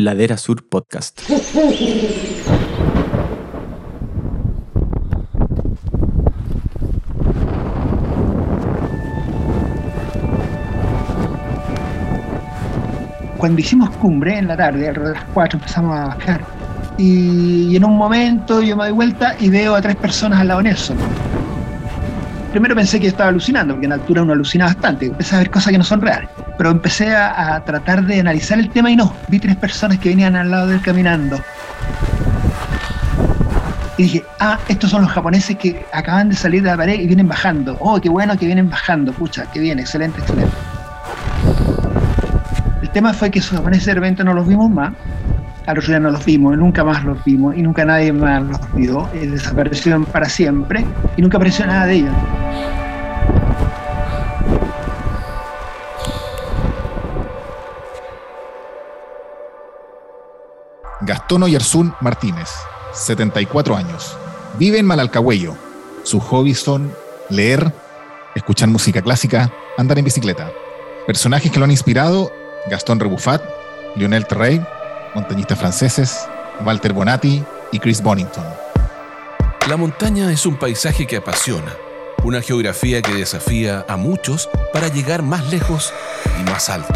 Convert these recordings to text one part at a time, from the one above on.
Ladera Sur Podcast. Cuando hicimos cumbre en la tarde, alrededor de las 4 empezamos a bajar. Y en un momento yo me doy vuelta y veo a 3 personas al lado de Nelson. Primero pensé que estaba alucinando, porque en altura uno alucina bastante. Empecé a ver cosas que no son reales. Pero empecé a tratar de analizar el tema y no. Vi 3 personas que venían al lado de él caminando. Y dije, estos son los japoneses que acaban de salir de la pared y vienen bajando. Oh, qué bueno que vienen bajando. Pucha, qué bien, excelente, excelente. El tema fue que esos japoneses de repente no los vimos más. Al otro día no los vimos, nunca más los vimos y nunca nadie más los vio. Desaparecieron para siempre y nunca apareció nada de ellos. Gastón Oyarzún Martínez, 74 años. Vive en Malalcahuello. Sus hobbies son leer, escuchar música clásica, andar en bicicleta. Personajes que lo han inspirado: Gastón Rebufat, Lionel Terray, montañistas franceses, Walter Bonatti y Chris Bonington. La montaña es un paisaje que apasiona, una geografía que desafía a muchos para llegar más lejos y más alto.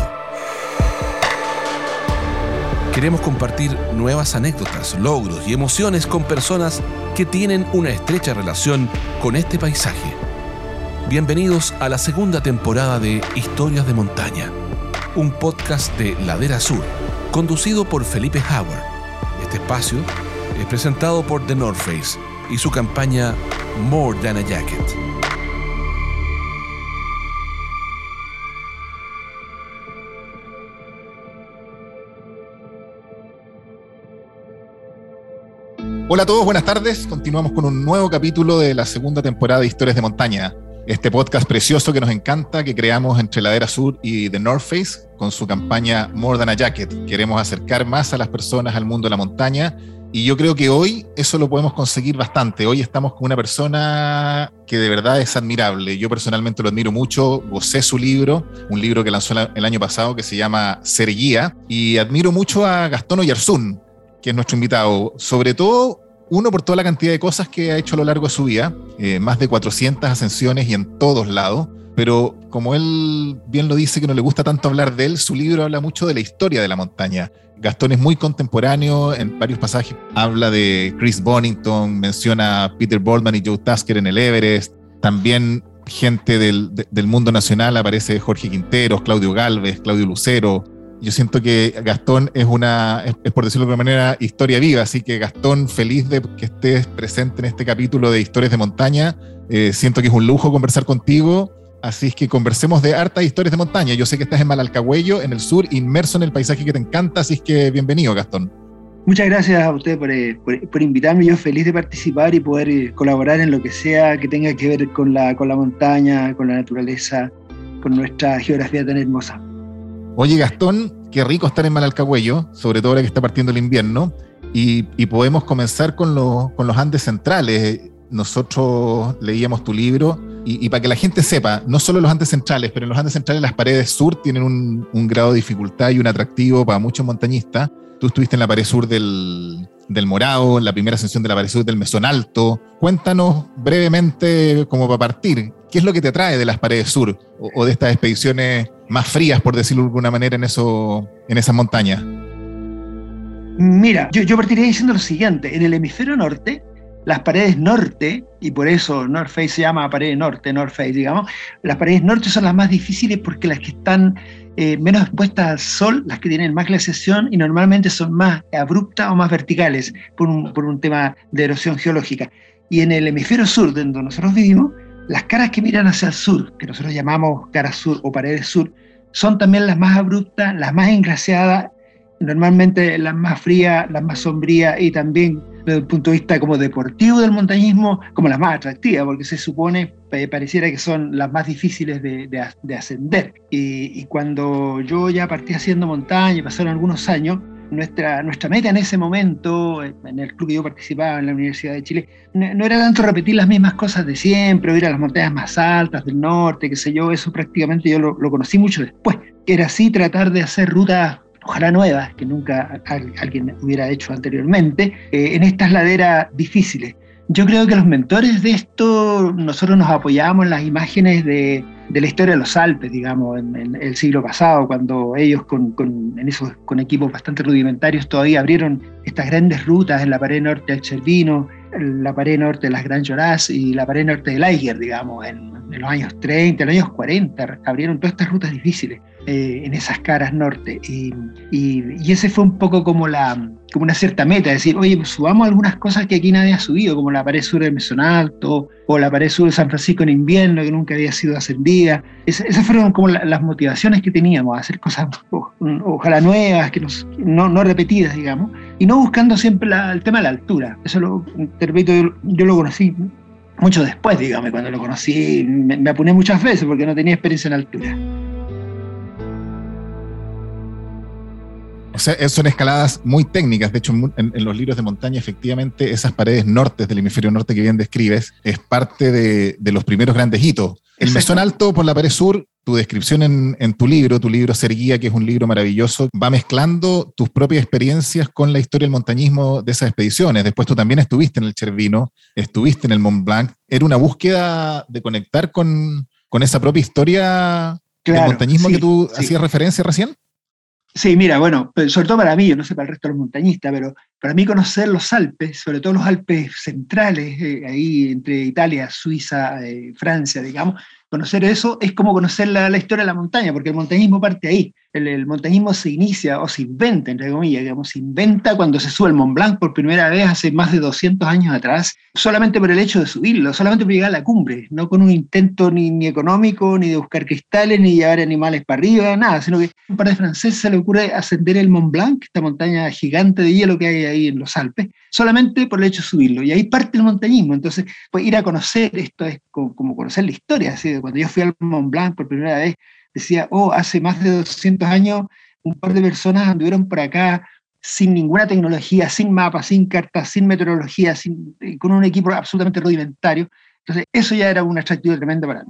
Queremos compartir nuevas anécdotas, logros y emociones con personas que tienen una estrecha relación con este paisaje. Bienvenidos a la segunda temporada de Historias de Montaña, un podcast de Ladera Sur, conducido por Felipe Howard. Este espacio es presentado por The North Face y su campaña More Than a Jacket. Hola a todos, buenas tardes. Continuamos con un nuevo capítulo de la segunda temporada de Historias de Montaña. Este podcast precioso que nos encanta, que creamos entre Ladera Sur y The North Face con su campaña More Than a Jacket. Queremos acercar más a las personas al mundo de la montaña y yo creo que hoy eso lo podemos conseguir bastante. Hoy estamos con una persona que de verdad es admirable. Yo personalmente lo admiro mucho, gocé su libro, un libro que lanzó el año pasado que se llama Ser Guía, y admiro mucho a Gastón Oyarzún, que es nuestro invitado, sobre todo uno por toda la cantidad de cosas que ha hecho a lo largo de su vida, más de 400 ascensiones y en todos lados, pero como él bien lo dice, que no le gusta tanto hablar de él, su libro habla mucho de la historia de la montaña. Gastón es muy contemporáneo, en varios pasajes habla de Chris Bonington, menciona a Peter Boardman y Joe Tasker en el Everest, también gente del mundo nacional, aparece Jorge Quinteros, Claudio Galvez, Claudio Lucero. Yo siento que Gastón es por decirlo de alguna manera, historia viva, así que Gastón, feliz de que estés presente en este capítulo de Historias de Montaña. Siento que es un lujo conversar contigo, así es que conversemos de hartas historias de montaña. Yo sé que estás en Malalcahuello, en el sur, inmerso en el paisaje que te encanta, así es que bienvenido, Gastón. Muchas gracias a usted por invitarme. Yo feliz de participar y poder colaborar en lo que sea que tenga que ver con la montaña, con la naturaleza, con nuestra geografía tan hermosa. Oye, Gastón, qué rico estar en Malalcahuello, sobre todo ahora que está partiendo el invierno, y podemos comenzar con los Andes centrales. Nosotros leíamos tu libro, y para que la gente sepa, no solo los Andes centrales, pero en los Andes centrales las paredes sur tienen un grado de dificultad y un atractivo para muchos montañistas. Tú estuviste en la pared sur del Morao, en la primera ascensión de la pared sur del Mesón Alto. Cuéntanos brevemente, como para partir, ¿qué es lo que te atrae de las paredes sur o de estas expediciones más frías, por decirlo de alguna manera, en esas montañas? Mira, yo partiría diciendo lo siguiente. En el hemisferio norte, las paredes norte, y por eso North Face se llama pared norte, North Face, digamos, las paredes norte son las más difíciles porque las que están menos expuestas al sol, las que tienen más glaciación y normalmente son más abruptas o más verticales por un tema de erosión geológica. Y en el hemisferio sur, donde nosotros vivimos, las caras que miran hacia el sur, que nosotros llamamos caras sur o paredes sur, son también las más abruptas, las más englaciadas, normalmente las más frías, las más sombrías y también desde el punto de vista como deportivo del montañismo, como las más atractivas, porque se supone, pareciera que son las más difíciles de ascender. Y cuando yo ya partí haciendo montaña, pasaron algunos años, nuestra meta en ese momento, en el club que yo participaba en la Universidad de Chile, no era tanto repetir las mismas cosas de siempre, o ir a las montañas más altas del norte, qué sé yo, eso prácticamente yo lo conocí mucho después. Era así tratar de hacer rutas ojalá nuevas, que nunca alguien hubiera hecho anteriormente, en estas laderas difíciles. Yo creo que los mentores de esto, nosotros nos apoyábamos en las imágenes de la historia de los Alpes, digamos, en el siglo pasado, cuando ellos con equipos bastante rudimentarios todavía abrieron estas grandes rutas en la pared norte del Cervino, la pared norte de las Grand Jorasses y la pared norte del Eiger, digamos, en los años 30, en los años 40, abrieron todas estas rutas difíciles en esas caras norte. Y ese fue un poco como una cierta meta, decir, oye, pues subamos algunas cosas que aquí nadie ha subido, como la pared sur de Mesón Alto, o la pared sur de San Francisco en invierno, que nunca había sido ascendida. Esas fueron como las motivaciones que teníamos, hacer cosas ojalá nuevas, no repetidas, digamos, y no buscando siempre el tema de la altura. Eso, te repito, yo lo conocí mucho después, digamos, cuando lo conocí me apuné muchas veces porque no tenía experiencia en altura. O sea, son escaladas muy técnicas. De hecho, en los libros de montaña, efectivamente, esas paredes nortes del hemisferio norte que bien describes es parte de los primeros grandes hitos. El Mesón Alto por la pared sur, tu descripción en tu libro Ser Guía, que es un libro maravilloso, va mezclando tus propias experiencias con la historia del montañismo de esas expediciones. Después tú también estuviste en el Cervino, estuviste en el Mont Blanc. Era una búsqueda de conectar con esa propia historia del montañismo que tú hacías referencia recién. Sí, mira, bueno, sobre todo para mí, yo no sé para el resto de los montañistas, pero para mí conocer los Alpes, sobre todo los Alpes centrales, ahí entre Italia, Suiza, Francia, digamos, conocer eso es como conocer la historia de la montaña, porque el montañismo parte ahí. El montañismo se inicia, o se inventa, entre comillas, digamos, se inventa cuando se sube el Mont Blanc por primera vez hace más de 200 años atrás, solamente por el hecho de subirlo, solamente por llegar a la cumbre, no con un intento ni económico, ni de buscar cristales, ni llevar animales para arriba, nada, sino que a un par de franceses se le ocurre ascender el Mont Blanc, esta montaña gigante de hielo que hay ahí en los Alpes, solamente por el hecho de subirlo, y ahí parte el montañismo. Entonces, pues ir a conocer esto es como conocer la historia, así de cuando yo fui al Mont Blanc por primera vez, decía, hace más de 200 años un par de personas anduvieron por acá sin ninguna tecnología, sin mapas, sin cartas, sin meteorología, con un equipo absolutamente rudimentario. Entonces eso ya era un atractivo tremendo para mí.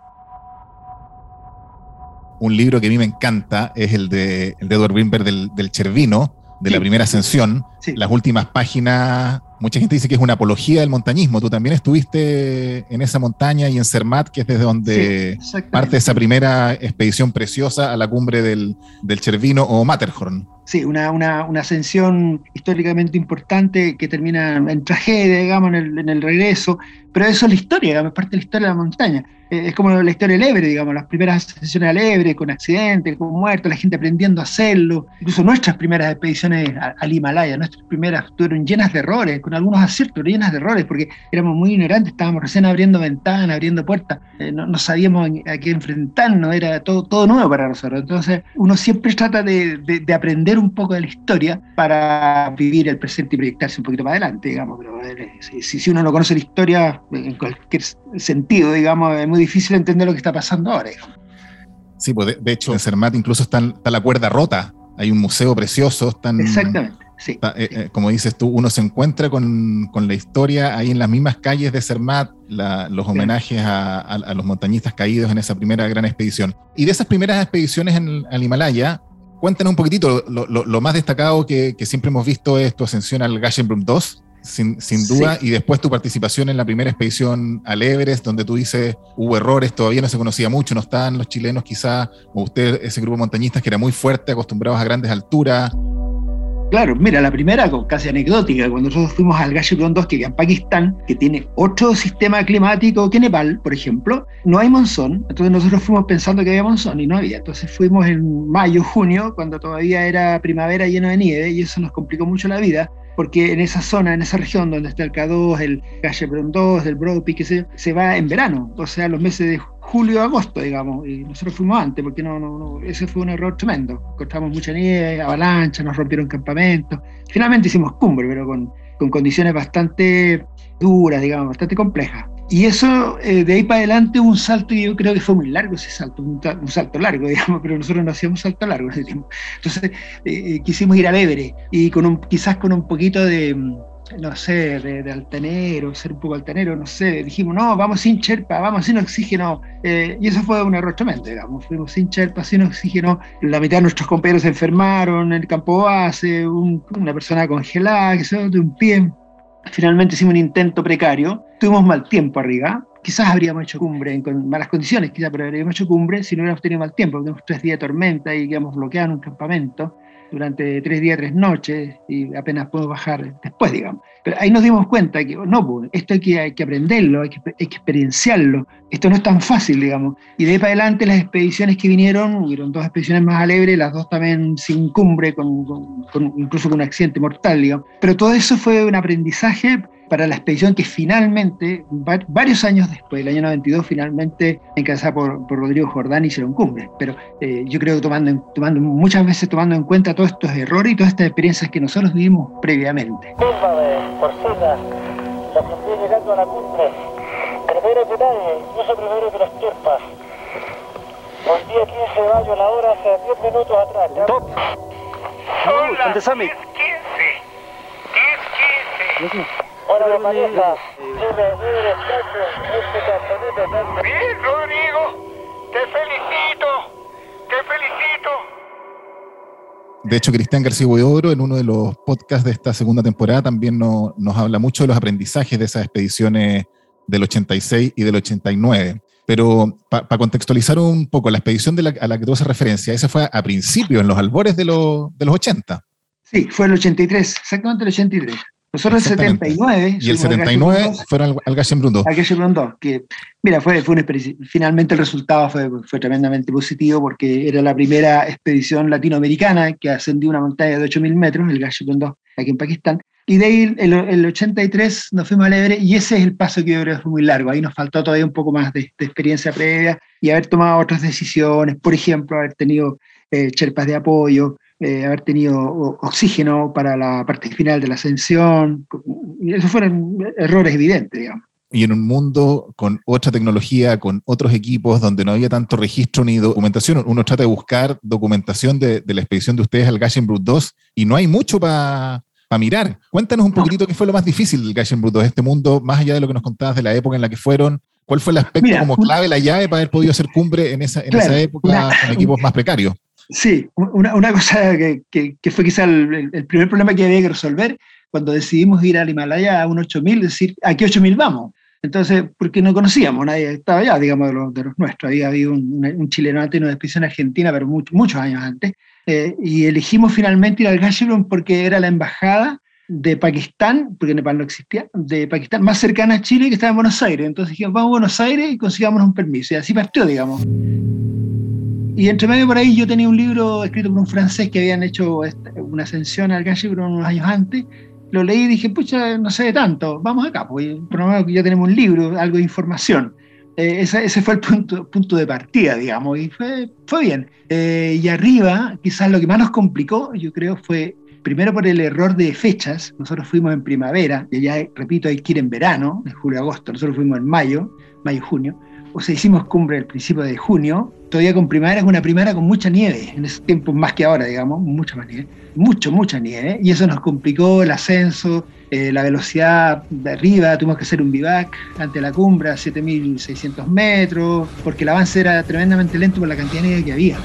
Un libro que a mí me encanta es el de Edward Wimber del Cervino, de la primera ascensión. Sí. Las últimas páginas, mucha gente dice que es una apología del montañismo. Tú también estuviste en esa montaña y en Zermatt, que es desde donde parte esa primera expedición preciosa a la cumbre del Cervino o Matterhorn. Sí, una ascensión históricamente importante que termina en tragedia, digamos, en el regreso, pero eso es la historia, digamos, es parte de la historia de la montaña. Es como la historia del Everest, digamos, las primeras ascensiones al Everest, con accidentes, con muertos, la gente aprendiendo a hacerlo. Incluso nuestras primeras expediciones al Himalaya, nuestras primeras estuvieron llenas de errores, con algunos aciertos, pero llenas de errores, porque éramos muy ignorantes, estábamos recién abriendo ventanas, abriendo puertas, no sabíamos a qué enfrentarnos, era todo nuevo para nosotros. Entonces, uno siempre trata de aprender un poco de la historia para vivir el presente y proyectarse un poquito para adelante, digamos. Pero si uno no conoce la historia en cualquier sentido, digamos, es muy difícil entender lo que está pasando ahora, digamos. Sí, pues de hecho en Zermatt incluso está la cuerda rota, hay un museo precioso. Exactamente, sí. Como dices tú, uno se encuentra con la historia ahí en las mismas calles de Zermatt, los homenajes a los montañistas caídos en esa primera gran expedición. Y de esas primeras expediciones al Himalaya, cuéntanos un poquitito, lo más destacado que siempre hemos visto es tu ascensión al Gasherbrum II, sin duda, y después tu participación en la primera expedición al Everest, donde tú dices, hubo errores, todavía no se conocía mucho, no estaban los chilenos quizás, o usted, ese grupo de montañistas que era muy fuerte, acostumbrados a grandes alturas. Claro, mira, la primera, casi anecdótica, cuando nosotros fuimos al Gasherbrum II, que queda en Pakistán, que tiene otro sistema climático que Nepal, por ejemplo, no hay monzón, entonces nosotros fuimos pensando que había monzón y no había, entonces fuimos en mayo, junio, cuando todavía era primavera lleno de nieve, y eso nos complicó mucho la vida, porque en esa zona, en esa región donde está el K2, el Gasherbrum II, el Broad Peak, se va en verano, o sea, los meses de julio, agosto, digamos, y nosotros fuimos antes, porque no, ese fue un error tremendo. Encontramos mucha nieve, avalancha, nos rompieron campamentos. Finalmente hicimos cumbre, pero con condiciones bastante duras, digamos, bastante complejas. Y eso, de ahí para adelante, un salto, y yo creo que fue muy largo ese salto, un salto largo, digamos, pero nosotros no hacíamos salto largo en ese tiempo. Entonces, quisimos ir al Everest, y quizás con un poquito de no sé, de altanero, ser un poco altanero, no sé, dijimos, no, vamos sin Sherpa, vamos sin oxígeno, y eso fue un error tremendo, digamos, fuimos sin Sherpa, sin oxígeno, la mitad de nuestros compañeros se enfermaron en el campo base, una persona congelada, que se de un pie. Finalmente hicimos un intento precario, tuvimos mal tiempo arriba, quizás habríamos hecho cumbre con malas condiciones, quizás, pero habríamos hecho cumbre si no hubiéramos tenido mal tiempo. Tuvimos 3 días de tormenta y quedamos bloqueados en un campamento durante 3 días, 3 noches, y apenas podemos bajar después, digamos. Pero ahí nos dimos cuenta que, no, pues, esto hay que aprenderlo, hay que experienciarlo, esto no es tan fácil, digamos. Y de ahí para adelante las expediciones que vinieron, hubieron 2 expediciones más alegres, las 2 también sin cumbre, incluso con un accidente mortal, digamos. Pero todo eso fue un aprendizaje para la expedición que finalmente, varios años después, el año 92, finalmente encabezada por Rodrigo Jordán, hicieron cumbre. Pero yo creo que muchas veces tomando en cuenta todos estos errores y todas estas experiencias que nosotros vivimos previamente. Curva de Porcina, la sentí llegando a la cumbre. Primero que nadie, incluso primero que los Sherpas. Hoy día 15 de mayo, la hora hace 10 minutos atrás. ¿Ya? Top. Son las 10:15. 10:15. Hola, pareja. Bien, Rodrigo. Te felicito. De hecho, Cristian García Huidobro, en uno de los podcasts de esta segunda temporada, también nos habla mucho de los aprendizajes de esas expediciones del 86 y del 89. Pero para contextualizar un poco, la expedición a la que tú haces referencia, esa fue a principios, en los albores de los 80. Sí, fue el 83, exactamente el 83. Nosotros el 79... Y el 79 fueron al Gasherbrum II. Al Gasherbrum II, que, mira, fue una experiencia. Finalmente el resultado fue tremendamente positivo porque era la primera expedición latinoamericana que ascendió una montaña de 8.000 metros, el Gasherbrum II, aquí en Pakistán. Y de ahí el 83 nos fuimos al Everest y ese es el paso que yo creo que fue muy largo. Ahí nos faltó todavía un poco más de experiencia previa y haber tomado otras decisiones, por ejemplo, haber tenido sherpas de apoyo, haber tenido oxígeno para la parte final de la ascensión. Y esos fueron errores evidentes, digamos. Y en un mundo con otra tecnología, con otros equipos, donde no había tanto registro ni documentación, uno trata de buscar documentación de la expedición de ustedes al Gasherbrum II y no hay mucho para mirar. Cuéntanos un poquitito qué fue lo más difícil del Gasherbrum II, este mundo, más allá de lo que nos contabas de la época en la que fueron. ¿Cuál fue el aspecto como clave, la llave para haber podido hacer cumbre en esa época con equipos más precarios? Sí, una cosa que fue quizá el primer problema que había que resolver cuando decidimos ir al Himalaya a un 8.000, decir, ¿a qué 8.000 vamos? Entonces, porque no conocíamos, nadie estaba allá, digamos, de los nuestros. Había habido un chileno antes en una expedición argentina, pero muchos años antes. Y elegimos finalmente ir al Gasherbrum porque era la embajada de Pakistán, porque Nepal no existía, de Pakistán más cercana a Chile, que estaba en Buenos Aires. Entonces dijimos, vamos a Buenos Aires y consigamos un permiso. Y así partió, digamos. Y entre medio por ahí yo tenía un libro escrito por un francés que habían hecho una ascensión al Gasherbrum unos años antes. Lo leí y dije, pucha, no sé de tanto, vamos acá, pues por lo menos ya tenemos un libro, algo de información. Ese fue el punto de partida, digamos, y fue bien. Y arriba, quizás lo que más nos complicó, yo creo, fue primero por el error de fechas. Nosotros fuimos en primavera, y allá, repito, hay que ir en verano, en julio-agosto. Nosotros fuimos en mayo-junio. O sea, hicimos cumbre al principio de junio, todavía con primavera, con una primavera con mucha nieve, en ese tiempo más que ahora, digamos, mucha más nieve, mucha nieve, y eso nos complicó el ascenso, la velocidad de arriba. Tuvimos que hacer un vivac ante la cumbre a 7.600 metros, porque el avance era tremendamente lento por la cantidad de nieve que había.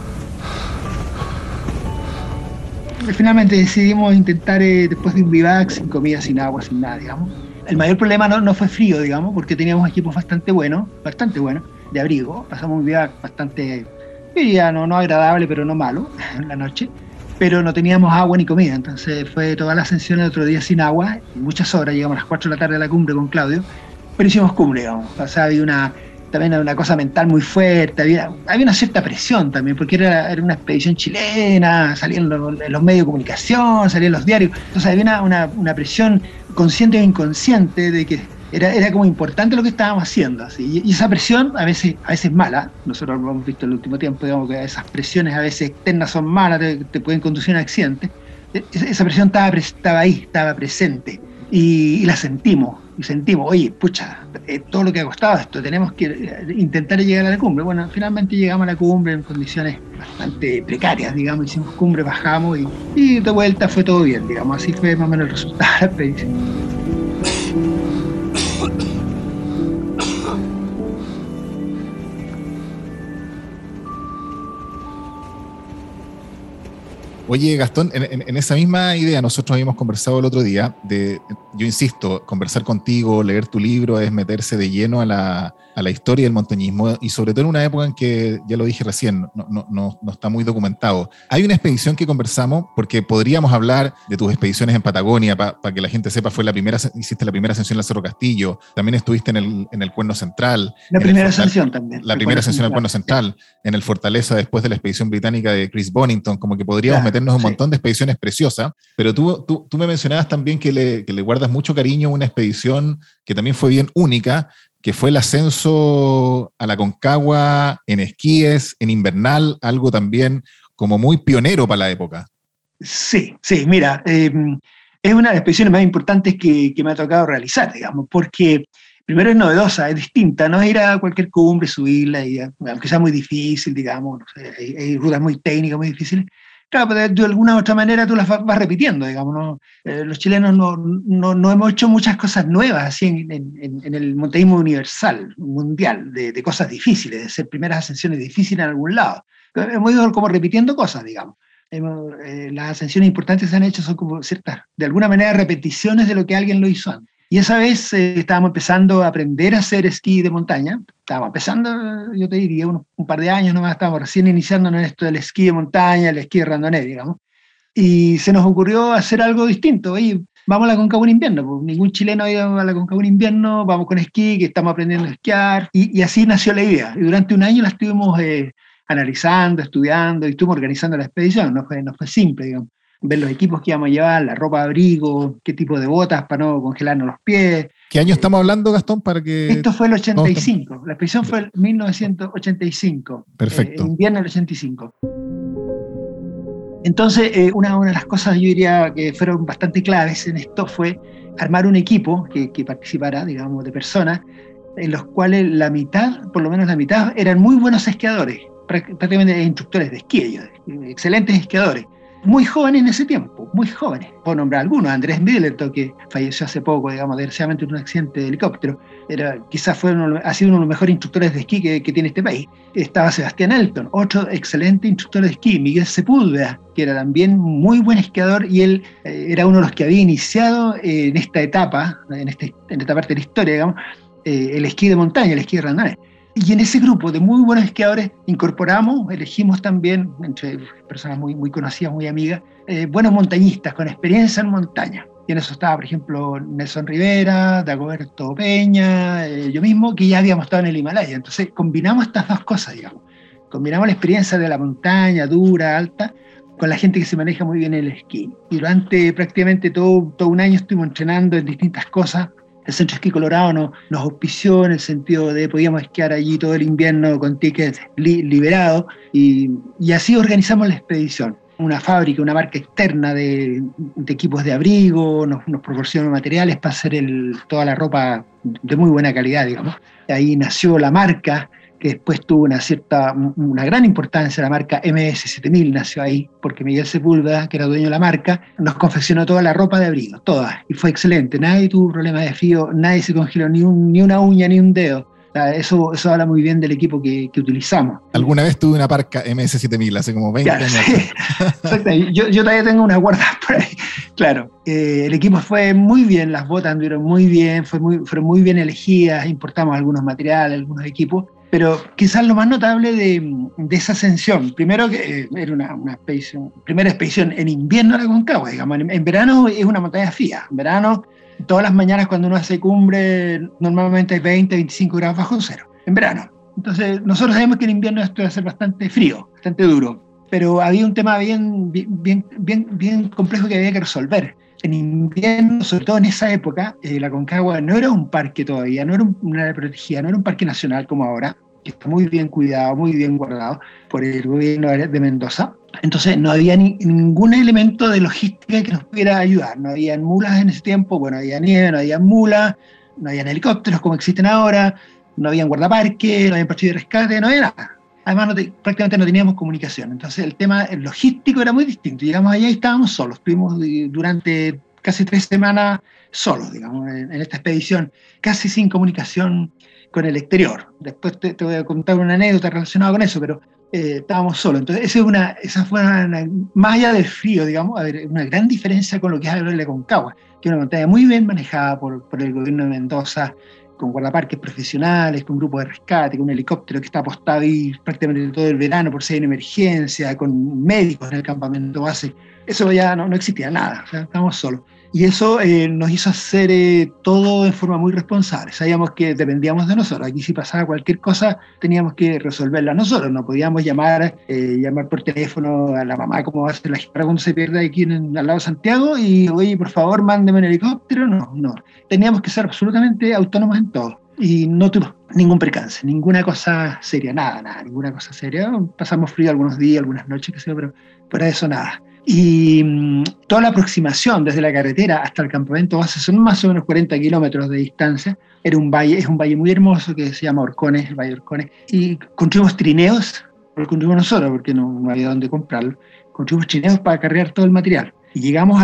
Finalmente decidimos intentar, después de un vivac, sin comida, sin agua, sin nada, digamos. El mayor problema no fue frío, digamos, porque teníamos equipos bastante buenos, de abrigo. Pasamos un viaje bastante, diría, no agradable, pero no malo, en la noche. Pero no teníamos agua ni comida, entonces fue toda la ascensión el otro día sin agua, muchas horas, llegamos a las 4 de la tarde a la cumbre con Claudio, pero hicimos cumbre, digamos. O sea, había también una cosa mental muy fuerte, había una cierta presión también, porque era una expedición chilena, salían los medios de comunicación, salían los diarios, entonces había una presión consciente o inconsciente de que era como importante lo que estábamos haciendo, así. Y esa presión a veces mala, nosotros lo hemos visto en el último tiempo, digamos que esas presiones a veces externas son malas, te pueden conducir a un accidente. Esa presión estaba ahí, estaba presente. y la sentimos, oye, pucha, todo lo que ha costado esto, tenemos que intentar llegar a la cumbre. Bueno, finalmente llegamos a la cumbre en condiciones bastante precarias, digamos, hicimos cumbre, bajamos y de vuelta fue todo bien, digamos, así fue más o menos el resultado de la expedición. Oye, Gastón, en esa misma idea nosotros habíamos conversado el otro día yo insisto, conversar contigo, leer tu libro es meterse de lleno a la historia del montañismo y sobre todo en una época en que, ya lo dije recién, no está muy documentado. Hay una expedición que conversamos, porque podríamos hablar de tus expediciones en Patagonia, para que la gente sepa, hiciste la primera ascensión al Cerro Castillo, también estuviste en el Cuerno Central. La primera ascensión también. La primera ascensión al Cuerno Central, en el Fortaleza después de la expedición británica de Chris Bonington, como que podríamos meternos en un montón de expediciones preciosas, pero tú me mencionabas también que le guardas mucho cariño a una expedición que también fue bien única, que fue el ascenso a la Concagua en esquíes, en invernal, algo también como muy pionero para la época. Sí, mira, es una de las expediciones más importantes que me ha tocado realizar, digamos, porque primero es novedosa, es distinta, no es ir a cualquier cumbre, subirla, aunque sea muy difícil, digamos, no sé, hay rutas muy técnicas, muy difíciles. Claro, pero de alguna u otra manera tú las vas repitiendo, digamos, ¿no? Los chilenos no hemos hecho muchas cosas nuevas así en el montañismo universal, mundial, de cosas difíciles, de hacer primeras ascensiones difíciles en algún lado. Hemos ido como repitiendo cosas, digamos. Las ascensiones importantes que se han hecho son como ciertas, de alguna manera, repeticiones de lo que alguien lo hizo antes. Y esa vez estábamos empezando a aprender a hacer esquí de montaña. Estábamos empezando, yo te diría, un par de años nomás, estábamos recién iniciándonos en esto del esquí de montaña, el esquí de randonnée, digamos. Y se nos ocurrió hacer algo distinto. Oye, vamos a la Concagua en invierno, pues ningún chileno ha ido a la Concagua en invierno, vamos con esquí, que estamos aprendiendo a esquiar. Y así nació la idea. Y durante un año la estuvimos analizando, estudiando, y estuvimos organizando la expedición. No fue simple, digamos. Ver los equipos que íbamos a llevar, la ropa de abrigo, qué tipo de botas para no congelarnos los pies. ¿Qué año estamos hablando, Gastón? Esto fue el 85, la expedición fue el 1985. Perfecto. En invierno del 85. Entonces, una de las cosas, yo diría, que fueron bastante claves en esto fue armar un equipo que participara, digamos, de personas, en los cuales la mitad, por lo menos la mitad, eran muy buenos esquiadores, prácticamente instructores de esquí, ellos, excelentes esquiadores. Muy jóvenes en ese tiempo, muy jóvenes. Puedo nombrar algunos, Andrés Middleton, que falleció hace poco, digamos, desgraciadamente en un accidente de helicóptero. Quizás ha sido uno de los mejores instructores de esquí que tiene este país. Estaba Sebastián Elton, otro excelente instructor de esquí, Miguel Sepúlveda, que era también muy buen esquiador, y él era uno de los que había iniciado en esta etapa, en esta parte de la historia, digamos, el esquí de montaña, el esquí de randonnée. Y en ese grupo de muy buenos esquiadores elegimos también, entre personas muy, muy conocidas, muy amigas, buenos montañistas con experiencia en montaña. Y en eso estaba, por ejemplo, Nelson Rivera, Dagoberto Peña, yo mismo, que ya habíamos estado en el Himalaya. Entonces combinamos estas dos cosas, digamos. Combinamos la experiencia de la montaña, dura, alta, con la gente que se maneja muy bien el esquí. Y durante prácticamente todo un año estuvimos entrenando en distintas cosas. El Centro Esquí Colorado nos auspició en el sentido de podíamos esquiar allí todo el invierno con tickets liberados y así organizamos la expedición. Una fábrica, una marca externa de equipos de abrigo, nos proporcionó materiales para hacer toda la ropa de muy buena calidad, digamos. Ahí nació la marca, que después tuvo una gran importancia, la marca MS7000 nació ahí, porque Miguel Sepúlveda, que era dueño de la marca, nos confeccionó toda la ropa de abrigo, toda, y fue excelente, nadie tuvo problemas de frío, nadie se congeló ni una uña ni un dedo. Eso habla muy bien del equipo que utilizamos. Alguna vez tuve una parca MS7000, hace como 20 años. Sí, exactamente. Yo todavía tengo unas guardas por ahí. Claro, el equipo fue muy bien, las botas anduvieron muy bien, fueron muy bien elegidas, importamos algunos materiales, algunos equipos, pero quizás lo más notable de esa ascensión, primero que era una primera expedición en invierno a la Concagua, digamos, en verano es una montaña fría, en verano todas las mañanas cuando uno hace cumbre normalmente hay 20, 25 grados bajo cero, en verano. Entonces nosotros sabemos que en invierno esto va a ser bastante frío, bastante duro, pero había un tema bien complejo que había que resolver. En invierno, sobre todo en esa época, la Concagua no era un parque todavía, no era una área protegida, no era un parque nacional como ahora, que está muy bien cuidado, muy bien guardado por el gobierno de Mendoza. Entonces no había ningún elemento de logística que nos pudiera ayudar. No había mulas en ese tiempo, bueno, no había nieve, no había mulas, no había helicópteros como existen ahora, no había guardaparques, no había partido de rescate, no había nada. Además, prácticamente no teníamos comunicación. Entonces el tema logístico era muy distinto. Llegamos allá y estábamos solos. Estuvimos durante casi 3 semanas solos, digamos, en esta expedición, casi sin comunicación con el exterior. Después te voy a contar una anécdota relacionada con eso, pero estábamos solos. Entonces esa fue más allá del frío, digamos, una gran diferencia con lo que es el Aconcagua, que es una montaña muy bien manejada por el gobierno de Mendoza, con guardaparques profesionales, con grupos de rescate, con un helicóptero que está apostado ahí prácticamente todo el verano por si hay una emergencia, con médicos en el campamento base. Eso ya no existía nada, o sea, estábamos solos. Y eso nos hizo hacer todo de forma muy responsable. Sabíamos que dependíamos de nosotros. Aquí si pasaba cualquier cosa, teníamos que resolverla nosotros. No podíamos llamar por teléfono a la mamá, como va a hacer la guitarra cuando se pierde aquí al lado de Santiago, y oye, por favor, mándeme un helicóptero. No. Teníamos que ser absolutamente autónomos en todo. Y no tuvimos ningún percance, ninguna cosa seria, nada, ninguna cosa seria. Pasamos frío algunos días, algunas noches, qué sé yo, pero fuera de eso nada. Y toda la aproximación desde la carretera hasta el campamento base son más o menos 40 kilómetros de distancia. Es un valle muy hermoso que se llama Orcones, el Valle de Orcones. Y construimos trineos, lo construimos nosotros porque no había dónde comprarlo. Construimos trineos para cargar todo el material. Y llegamos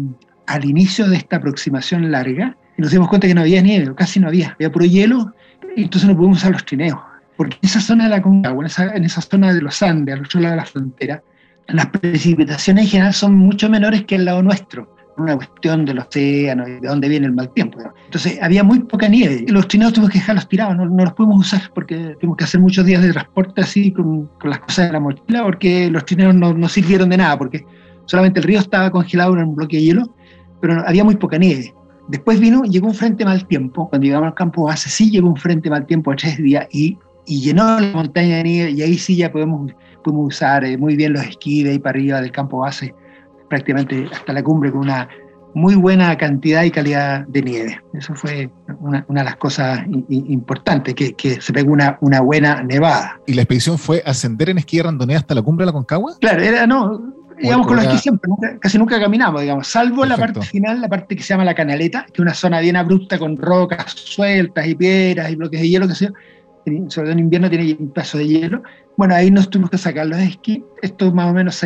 al inicio de esta aproximación larga y nos dimos cuenta que no había nieve, casi no había puro hielo, y entonces no pudimos usar los trineos. Porque en esa zona de la Aconcagua, en esa zona de los Andes, al otro lado de la frontera, las precipitaciones en general son mucho menores que el lado nuestro, una cuestión del océano y de dónde viene el mal tiempo, ¿no? Entonces había muy poca nieve, y los trineos tuvimos que dejarlos tirados, no los pudimos usar porque tuvimos que hacer muchos días de transporte así con las cosas de la mochila, porque los trineos no sirvieron de nada, porque solamente el río estaba congelado en un bloque de hielo, pero había muy poca nieve. Después llegó un frente mal tiempo, cuando llegamos al campo base sí llegó un frente mal tiempo a 3 días y llenó la montaña de nieve, y ahí sí ya pudimos usar muy bien los esquís de ahí para arriba del campo base, prácticamente hasta la cumbre, con una muy buena cantidad y calidad de nieve. Eso fue una de las cosas importantes, que se pegó una buena nevada. ¿Y la expedición fue ascender en esquí de randonea hasta la cumbre de la Aconcagua? Claro, íbamos con los esquís siempre, casi nunca caminamos, digamos, salvo Perfecto. La parte final, la parte que se llama la Canaleta, que es una zona bien abrupta con rocas sueltas y piedras y bloques de hielo, que sea. Sobre todo en invierno tiene un pedazo de hielo. Bueno, ahí nos tuvimos que sacar los esquís. Esto es más o menos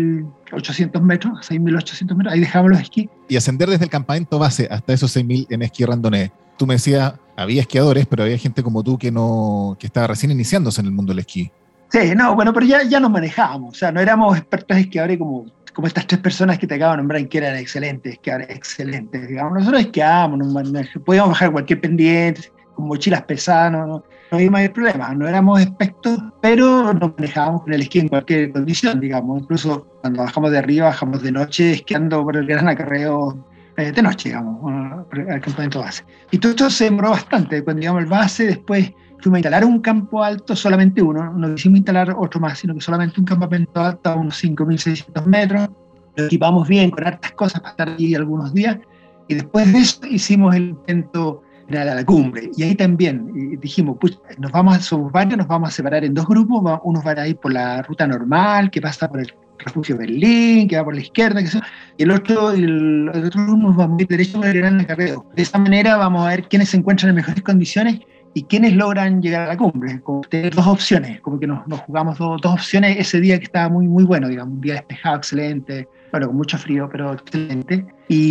6.800 metros, ahí dejamos los esquís. Y ascender desde el campamento base hasta esos 6.000 en esquí randonee. Tú me decías, había esquiadores, pero había gente como tú que estaba recién iniciándose en el mundo del esquí. Sí, pero ya nos manejábamos. O sea, no éramos expertos esquiadores como estas 3 personas que te acabo de nombrar, que eran excelentes esquiadores, digamos. Nosotros esquiábamos, podíamos bajar cualquier pendiente, con mochilas pesadas, no había mayor problema, no éramos expertos, pero nos manejábamos con el esquí en cualquier condición, digamos. Incluso cuando bajamos de arriba, bajamos de noche esquiando por el gran acarreo de noche, digamos, al campamento base. Y todo esto se demoró bastante. Cuando llegamos al base, después fuimos a instalar un campo alto, solamente uno, no quisimos instalar otro más, sino que solamente un campamento alto a unos 5.600 metros. Lo equipamos bien con hartas cosas para estar allí algunos días, y después de eso hicimos el intento a la cumbre, y ahí también dijimos, pues somos varios, nos vamos a separar en 2 grupos, unos van a ir por la ruta normal, que pasa por el refugio Berlín, que va por la izquierda, y el otro nos vamos a ir derecho por el Gran Acarreo. De esa manera vamos a ver quiénes se encuentran en mejores condiciones y quiénes logran llegar a la cumbre, como tener 2 opciones, como que nos jugamos dos opciones ese día, que estaba muy, muy bueno, digamos, un día despejado, excelente, bueno, con mucho frío, pero excelente.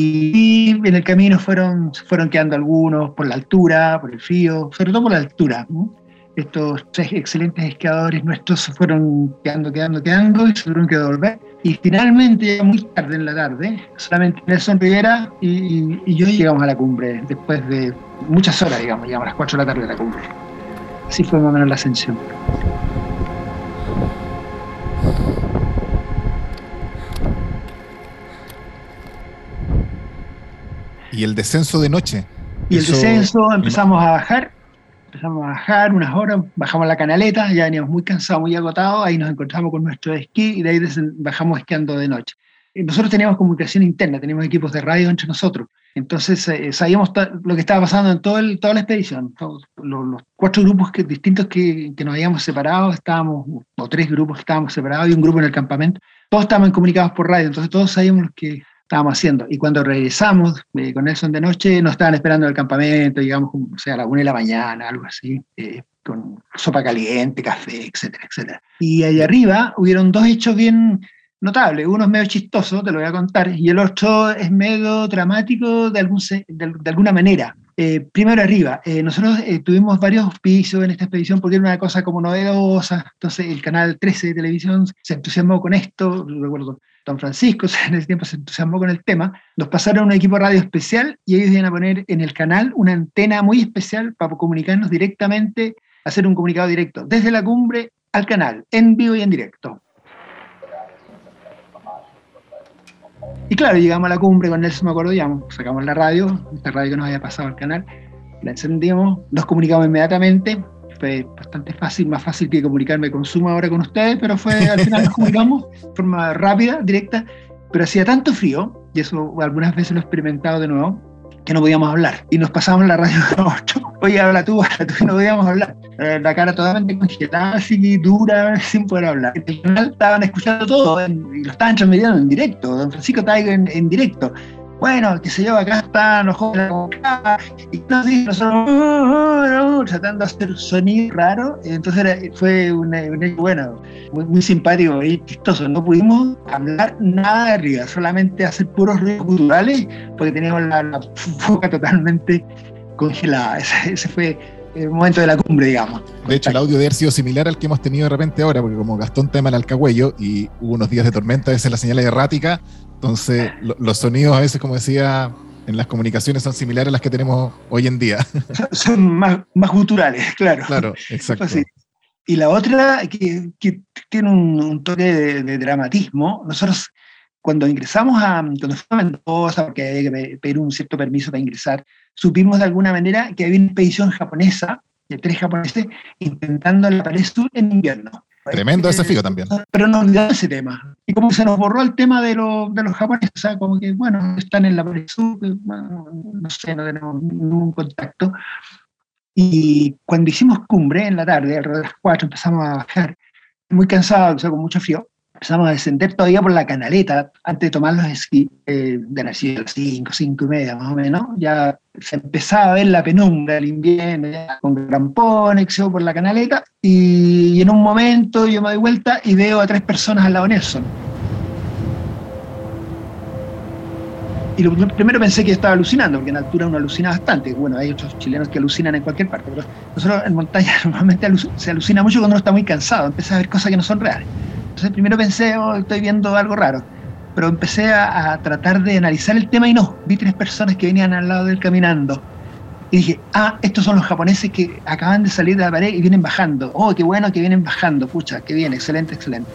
Y en el camino fueron quedando algunos por la altura, por el frío, sobre todo por la altura, ¿no? Estos 3 excelentes esquiadores nuestros se fueron quedando y se tuvieron que devolver. Y finalmente, ya muy tarde en la tarde, solamente Nelson Rivera y yo llegamos a la cumbre, después de muchas horas, digamos, llegamos a las 4 de la tarde a la cumbre. Así fue más o menos la ascensión. ¿Y el descenso de noche? Y el descenso, empezamos a bajar unas horas, bajamos la Canaleta, ya veníamos muy cansados, muy agotados, ahí nos encontramos con nuestro esquí y de ahí bajamos esquiando de noche. nosotros teníamos comunicación interna, teníamos equipos de radio entre nosotros. Entonces sabíamos lo que estaba pasando en toda la expedición. Todos, los 4 grupos distintos que nos habíamos separado, o 3 grupos que estábamos separados y un grupo en el campamento, todos estaban comunicados por radio, entonces todos sabíamos lo que estábamos haciendo. Y cuando regresamos con Nelson de noche, nos estaban esperando en el campamento, digamos, o sea, a las 1 de la mañana, algo así, con sopa caliente, café, etcétera, etcétera. Y allá arriba hubieron 2 hechos bien notables. Uno es medio chistoso, te lo voy a contar, y el otro es medio dramático de alguna manera. Primero arriba, nosotros tuvimos varios auspicios en esta expedición porque era una cosa como novedosa, entonces el canal 13 de televisión se entusiasmó con esto, recuerdo, Don Francisco en ese tiempo se entusiasmó con el tema, nos pasaron un equipo de radio especial y ellos iban a poner en el canal una antena muy especial para comunicarnos directamente, hacer un comunicado directo desde la cumbre al canal, en vivo y en directo. Y claro, llegamos a la cumbre con Nelson, me acuerdo, sacamos la radio, esta radio que nos había pasado al canal, la encendimos, nos comunicamos inmediatamente, fue bastante fácil, más fácil que comunicarme con Zoom ahora con ustedes, pero al final nos comunicamos de forma rápida, directa, pero hacía tanto frío, y eso algunas veces lo he experimentado de nuevo, que no podíamos hablar, y nos pasamos la radio a otro, oye, habla tú, y no podíamos hablar. La cara totalmente congelada, así dura, sin poder hablar. En el canal estaban escuchando todo y lo estaban transmitiendo en directo. Don Francisco estaba en directo. Bueno, qué sé yo, acá están los jóvenes y nosotros tratando de hacer sonido raro. Entonces fue un bueno, muy simpático y chistoso. No pudimos hablar nada de arriba, solamente hacer puros ruidos culturales porque teníamos la boca totalmente congelada. Ese fue el momento de la cumbre, digamos. De hecho, el audio debe haber sido similar al que hemos tenido de repente ahora, porque como Gastón está en Alcahuello y hubo unos días de tormenta, a veces la señal es errática, entonces los sonidos a veces, como decía, en las comunicaciones son similares a las que tenemos hoy en día. Son más guturales, claro. Claro, exacto. Pues sí. Y la otra, que tiene un toque de dramatismo, nosotros cuando fuimos a Mendoza, porque había que pedir un cierto permiso para ingresar, supimos de alguna manera que había una expedición japonesa, de 3 japoneses, intentando la pared sur en invierno. Tremendo desafío también. Pero nos olvidamos ese tema. Y como se nos borró el tema de los japoneses, o sea, como que, bueno, están en la pared sur, bueno, no sé, no tenemos ningún contacto. Y cuando hicimos cumbre en la tarde, alrededor de las 4, empezamos a bajar, muy cansados, o sea, con mucho frío. Empezamos a descender todavía por la canaleta antes de tomar los esquís, de las 5:30 más o menos. Ya se empezaba a ver la penumbra del invierno, ya con crampones, por la canaleta. Y en un momento yo me doy vuelta y veo a 3 personas al lado de Nelson. Y lo primero pensé que estaba alucinando, porque en altura uno alucina bastante. Bueno, hay otros chilenos que alucinan en cualquier parte, pero nosotros en montaña normalmente se alucina mucho cuando uno está muy cansado, empieza a ver cosas que no son reales. Entonces primero pensé, estoy viendo algo raro, pero empecé a tratar de analizar el tema y no, vi 3 personas que venían al lado de él caminando. Y dije, estos son los japoneses que acaban de salir de la pared y vienen bajando. Oh, qué bueno que vienen bajando, pucha, qué bien, excelente, excelente.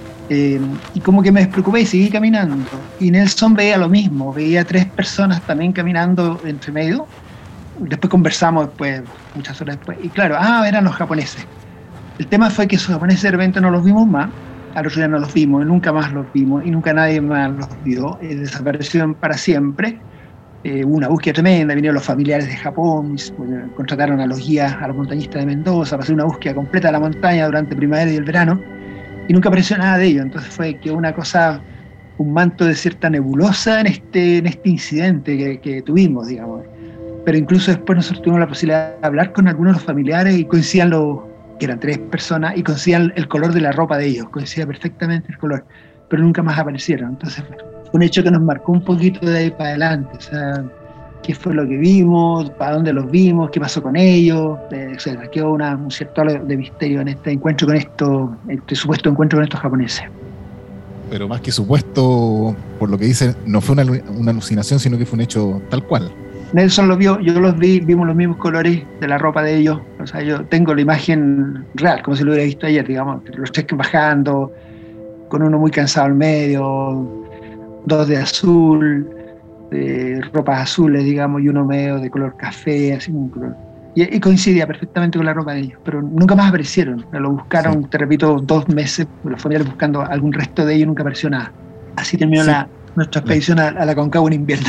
Y como que me despreocupé y seguí caminando. Y Nelson veía lo mismo, veía 3 personas también caminando entre medio. Después conversamos muchas horas después, y claro, eran los japoneses. El tema fue que esos japoneses de repente no los vimos más, al otro día no los vimos, y nunca más los vimos, y nunca nadie más los vio, desaparecieron para siempre. Hubo una búsqueda tremenda, vinieron los familiares de Japón, contrataron a los guías, a los montañistas de Mendoza, para hacer una búsqueda completa de la montaña durante primavera y el verano, y nunca apareció nada de ello. Entonces fue que una cosa, un manto de cierta nebulosa en este incidente que tuvimos, digamos. Pero incluso después nosotros tuvimos la posibilidad de hablar con algunos de los familiares y coincidían que eran 3 personas, y coincidían el color de la ropa de ellos, coincidía perfectamente el color, pero nunca más aparecieron. Entonces fue un hecho que nos marcó un poquito de ahí para adelante, o sea, qué fue lo que vimos, para dónde los vimos, qué pasó con ellos, etc. Quedó un cierto halo de misterio en este encuentro con este supuesto encuentro con estos japoneses. Pero más que supuesto, por lo que dice, no fue una alucinación, sino que fue un hecho tal cual. Nelson los vio, yo los vi, vimos los mismos colores de la ropa de ellos, o sea, yo tengo la imagen real, como si lo hubiera visto ayer, digamos, los 3 bajando, con uno muy cansado al medio, 2 de azul, de ropas azules, digamos, y uno medio de color café, así un color. Y coincidía perfectamente con la ropa de ellos, pero nunca más aparecieron, lo buscaron, sí. Te repito, 2 meses, los familiares buscando algún resto de ellos, nunca apareció nada. Así terminó nuestra expedición a la Concagua en invierno.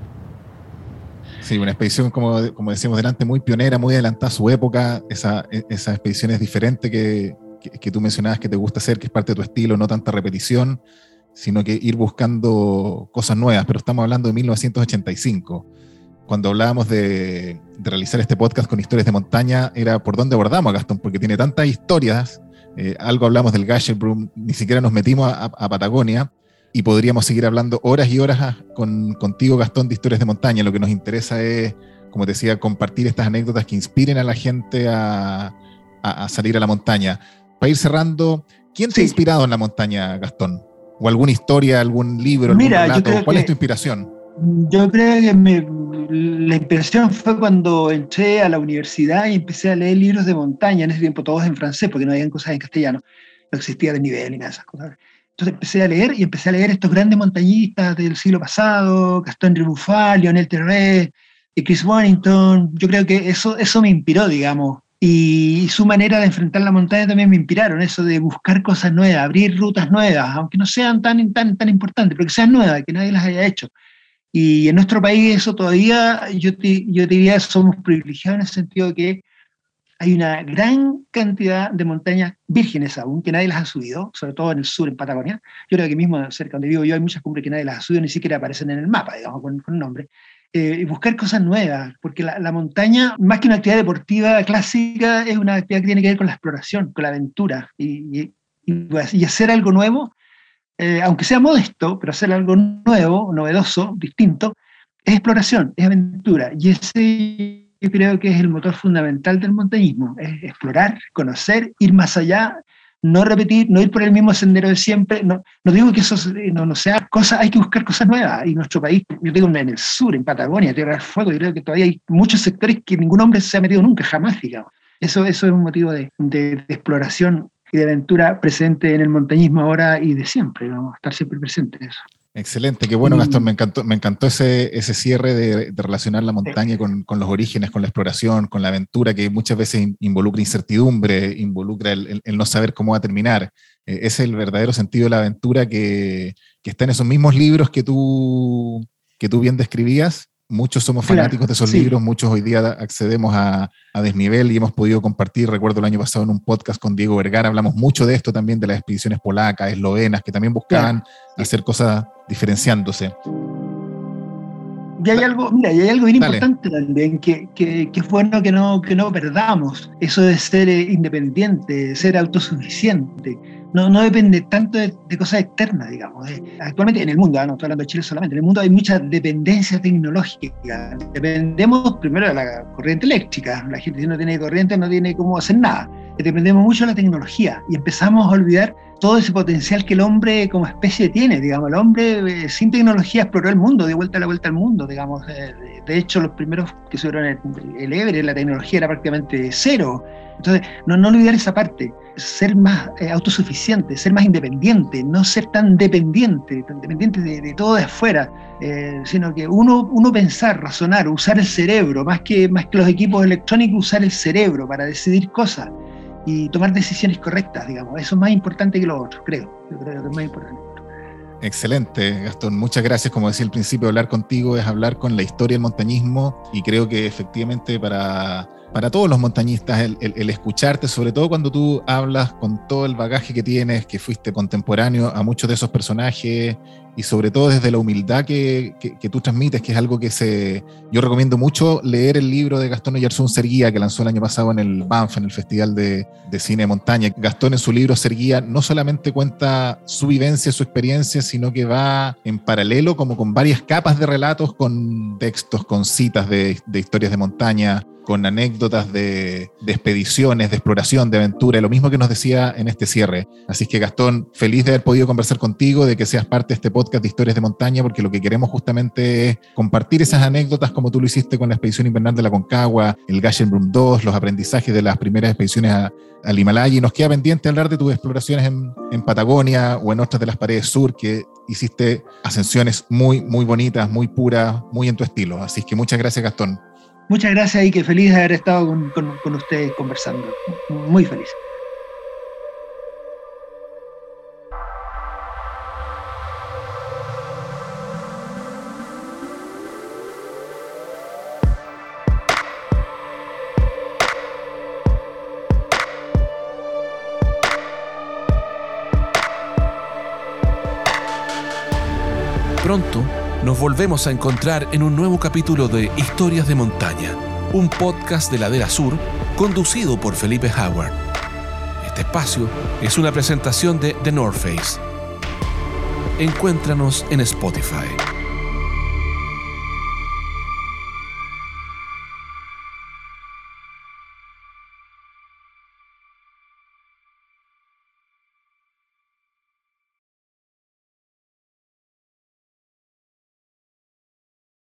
Sí, una expedición, como decíamos delante, muy pionera, muy adelantada a su época. Esa expedición es diferente que tú mencionabas que te gusta hacer, que es parte de tu estilo, no tanta repetición, sino que ir buscando cosas nuevas. Pero estamos hablando de 1985. Cuando hablábamos de realizar este podcast con historias de montaña, era por dónde abordamos a Gastón, porque tiene tantas historias. Algo hablamos del Gasherbrum, ni siquiera nos metimos a Patagonia, y podríamos seguir hablando horas y horas contigo, Gastón, de historias de montaña. Lo que nos interesa es, como te decía, compartir estas anécdotas que inspiren a la gente a salir a la montaña. Para ir cerrando, ¿quién te ha inspirado en la montaña, Gastón? ¿O alguna historia, algún libro, algún relato? ¿Cuál es tu inspiración? Yo creo que la inspiración fue cuando entré a la universidad y empecé a leer libros de montaña, en ese tiempo todos en francés, porque no habían cosas en castellano, no existía desnivel ni nada de esas cosas. Entonces empecé a leer estos grandes montañistas del siglo pasado, Gaston Rebouffat, Lionel Terré, y Chris Bonington. Yo creo que eso me inspiró, digamos, y su manera de enfrentar la montaña también me inspiraron, eso de buscar cosas nuevas, abrir rutas nuevas, aunque no sean tan importantes, pero que sean nuevas, que nadie las haya hecho. Y en nuestro país eso todavía, yo te diría, somos privilegiados en el sentido de que hay una gran cantidad de montañas vírgenes aún, que nadie las ha subido, sobre todo en el sur, en Patagonia. Yo creo que mismo cerca donde vivo yo hay muchas cumbres que nadie las ha subido, ni siquiera aparecen en el mapa, digamos, con nombre. Y buscar cosas nuevas, porque la montaña, más que una actividad deportiva clásica, es una actividad que tiene que ver con la exploración, con la aventura, y hacer algo nuevo. Aunque sea modesto, pero hacer algo nuevo, novedoso, distinto, es exploración, es aventura. Y ese yo creo que es el motor fundamental del montañismo, es explorar, conocer, ir más allá, no repetir, no ir por el mismo sendero de siempre. No digo que eso no sea cosa, hay que buscar cosas nuevas. Y nuestro país, yo digo en el sur, en Patagonia, Tierra del Fuego, yo creo que todavía hay muchos sectores que ningún hombre se ha metido nunca, jamás, digamos. Eso es un motivo de exploración y de aventura presente en el montañismo ahora y de siempre, vamos a estar siempre presentes en eso. Excelente, qué bueno, Gastón, me encantó ese cierre de relacionar la montaña con los orígenes, con la exploración, con la aventura, que muchas veces involucra incertidumbre, involucra el no saber cómo va a terminar. Ese es el verdadero sentido de la aventura que está en esos mismos libros que tú bien describías. Muchos somos fanáticos de esos libros, muchos hoy día accedemos a Desnivel y hemos podido compartir. Recuerdo el año pasado en un podcast con Diego Vergara, hablamos mucho de esto también, de las expediciones polacas, eslovenas, que también buscaban hacer cosas diferenciándose. Y hay algo bien importante también, que es bueno que no perdamos, eso de ser independiente, de ser autosuficiente. No depende tanto de cosas externas, digamos. Actualmente en el mundo, no estoy hablando de Chile solamente, en el mundo hay mucha dependencia tecnológica. Dependemos primero de la corriente eléctrica. La gente, si no tiene corriente, no tiene cómo hacer nada. Dependemos mucho de la tecnología y empezamos a olvidar todo ese potencial que el hombre como especie tiene, digamos. El hombre sin tecnología exploró el mundo, dio vuelta al mundo, digamos. De hecho, los primeros que subieron el Everest, la tecnología era prácticamente cero. Entonces, no olvidar esa parte, ser más autosuficiente, ser más independiente, no ser tan dependiente de todo de afuera, sino que uno pensar, razonar, usar el cerebro, más que los equipos electrónicos, usar el cerebro para decidir cosas y tomar decisiones correctas, digamos. Eso es más importante que lo otro, creo. Yo creo que es más importante. Excelente, Gastón. Muchas gracias. Como decía al principio, hablar contigo es hablar con la historia del montañismo y creo que efectivamente para todos los montañistas el escucharte, sobre todo cuando tú hablas con todo el bagaje que tienes, que fuiste contemporáneo a muchos de esos personajes y sobre todo desde la humildad que tú transmites, que es algo que yo recomiendo mucho leer el libro de Gastón Oyarzún Serguía, que lanzó el año pasado en el Banff, en el Festival de Cine de Montaña. Gastón en su libro Serguía no solamente cuenta su vivencia, su experiencia, sino que va en paralelo como con varias capas de relatos, con textos, con citas de historias de montaña, con anécdotas de expediciones, de exploración, de aventura, lo mismo que nos decía en este cierre. Así que Gastón, feliz de haber podido conversar contigo, de que seas parte de este podcast de historias de montaña, porque lo que queremos justamente es compartir esas anécdotas como tú lo hiciste con la expedición invernal de la Concagua, el Gasherbrum 2, los aprendizajes de las primeras expediciones al Himalaya, y nos queda pendiente hablar de tus exploraciones en Patagonia o en otras de las paredes sur, que hiciste ascensiones muy, muy bonitas, muy puras, muy en tu estilo. Así que muchas gracias, Gastón. Muchas gracias y que feliz de haber estado con ustedes conversando. Muy feliz. pronto nos volvemos a encontrar en un nuevo capítulo de Historias de Montaña, un podcast de Ladera Sur conducido por Felipe Howard. Este espacio es una presentación de The North Face. Encuéntranos en Spotify.